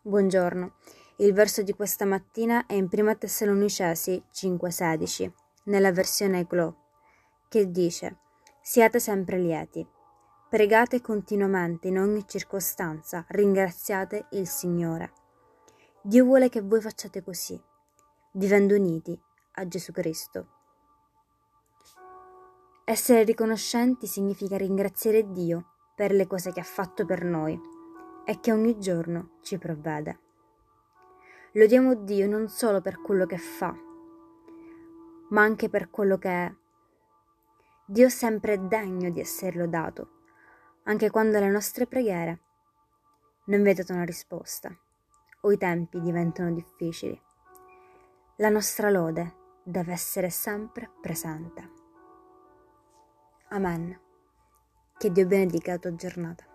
Buongiorno. Il verso di questa mattina è in Prima Tessalonicesi 5,16, nella versione Glow, che dice: Siate sempre lieti, pregate continuamente in ogni circostanza, ringraziate il Signore. Dio vuole che voi facciate così, vivendo uniti a Gesù Cristo. Essere riconoscenti significa ringraziare Dio per le cose che ha fatto per noi e che ogni giorno ci provvede. Lodiamo Dio non solo per quello che fa, ma anche per quello che è. Dio sempre è degno di essere lodato, anche quando le nostre preghiere non vedono una risposta o i tempi diventano difficili. La nostra lode deve essere sempre presente. Amen. Che Dio benedica la tua giornata.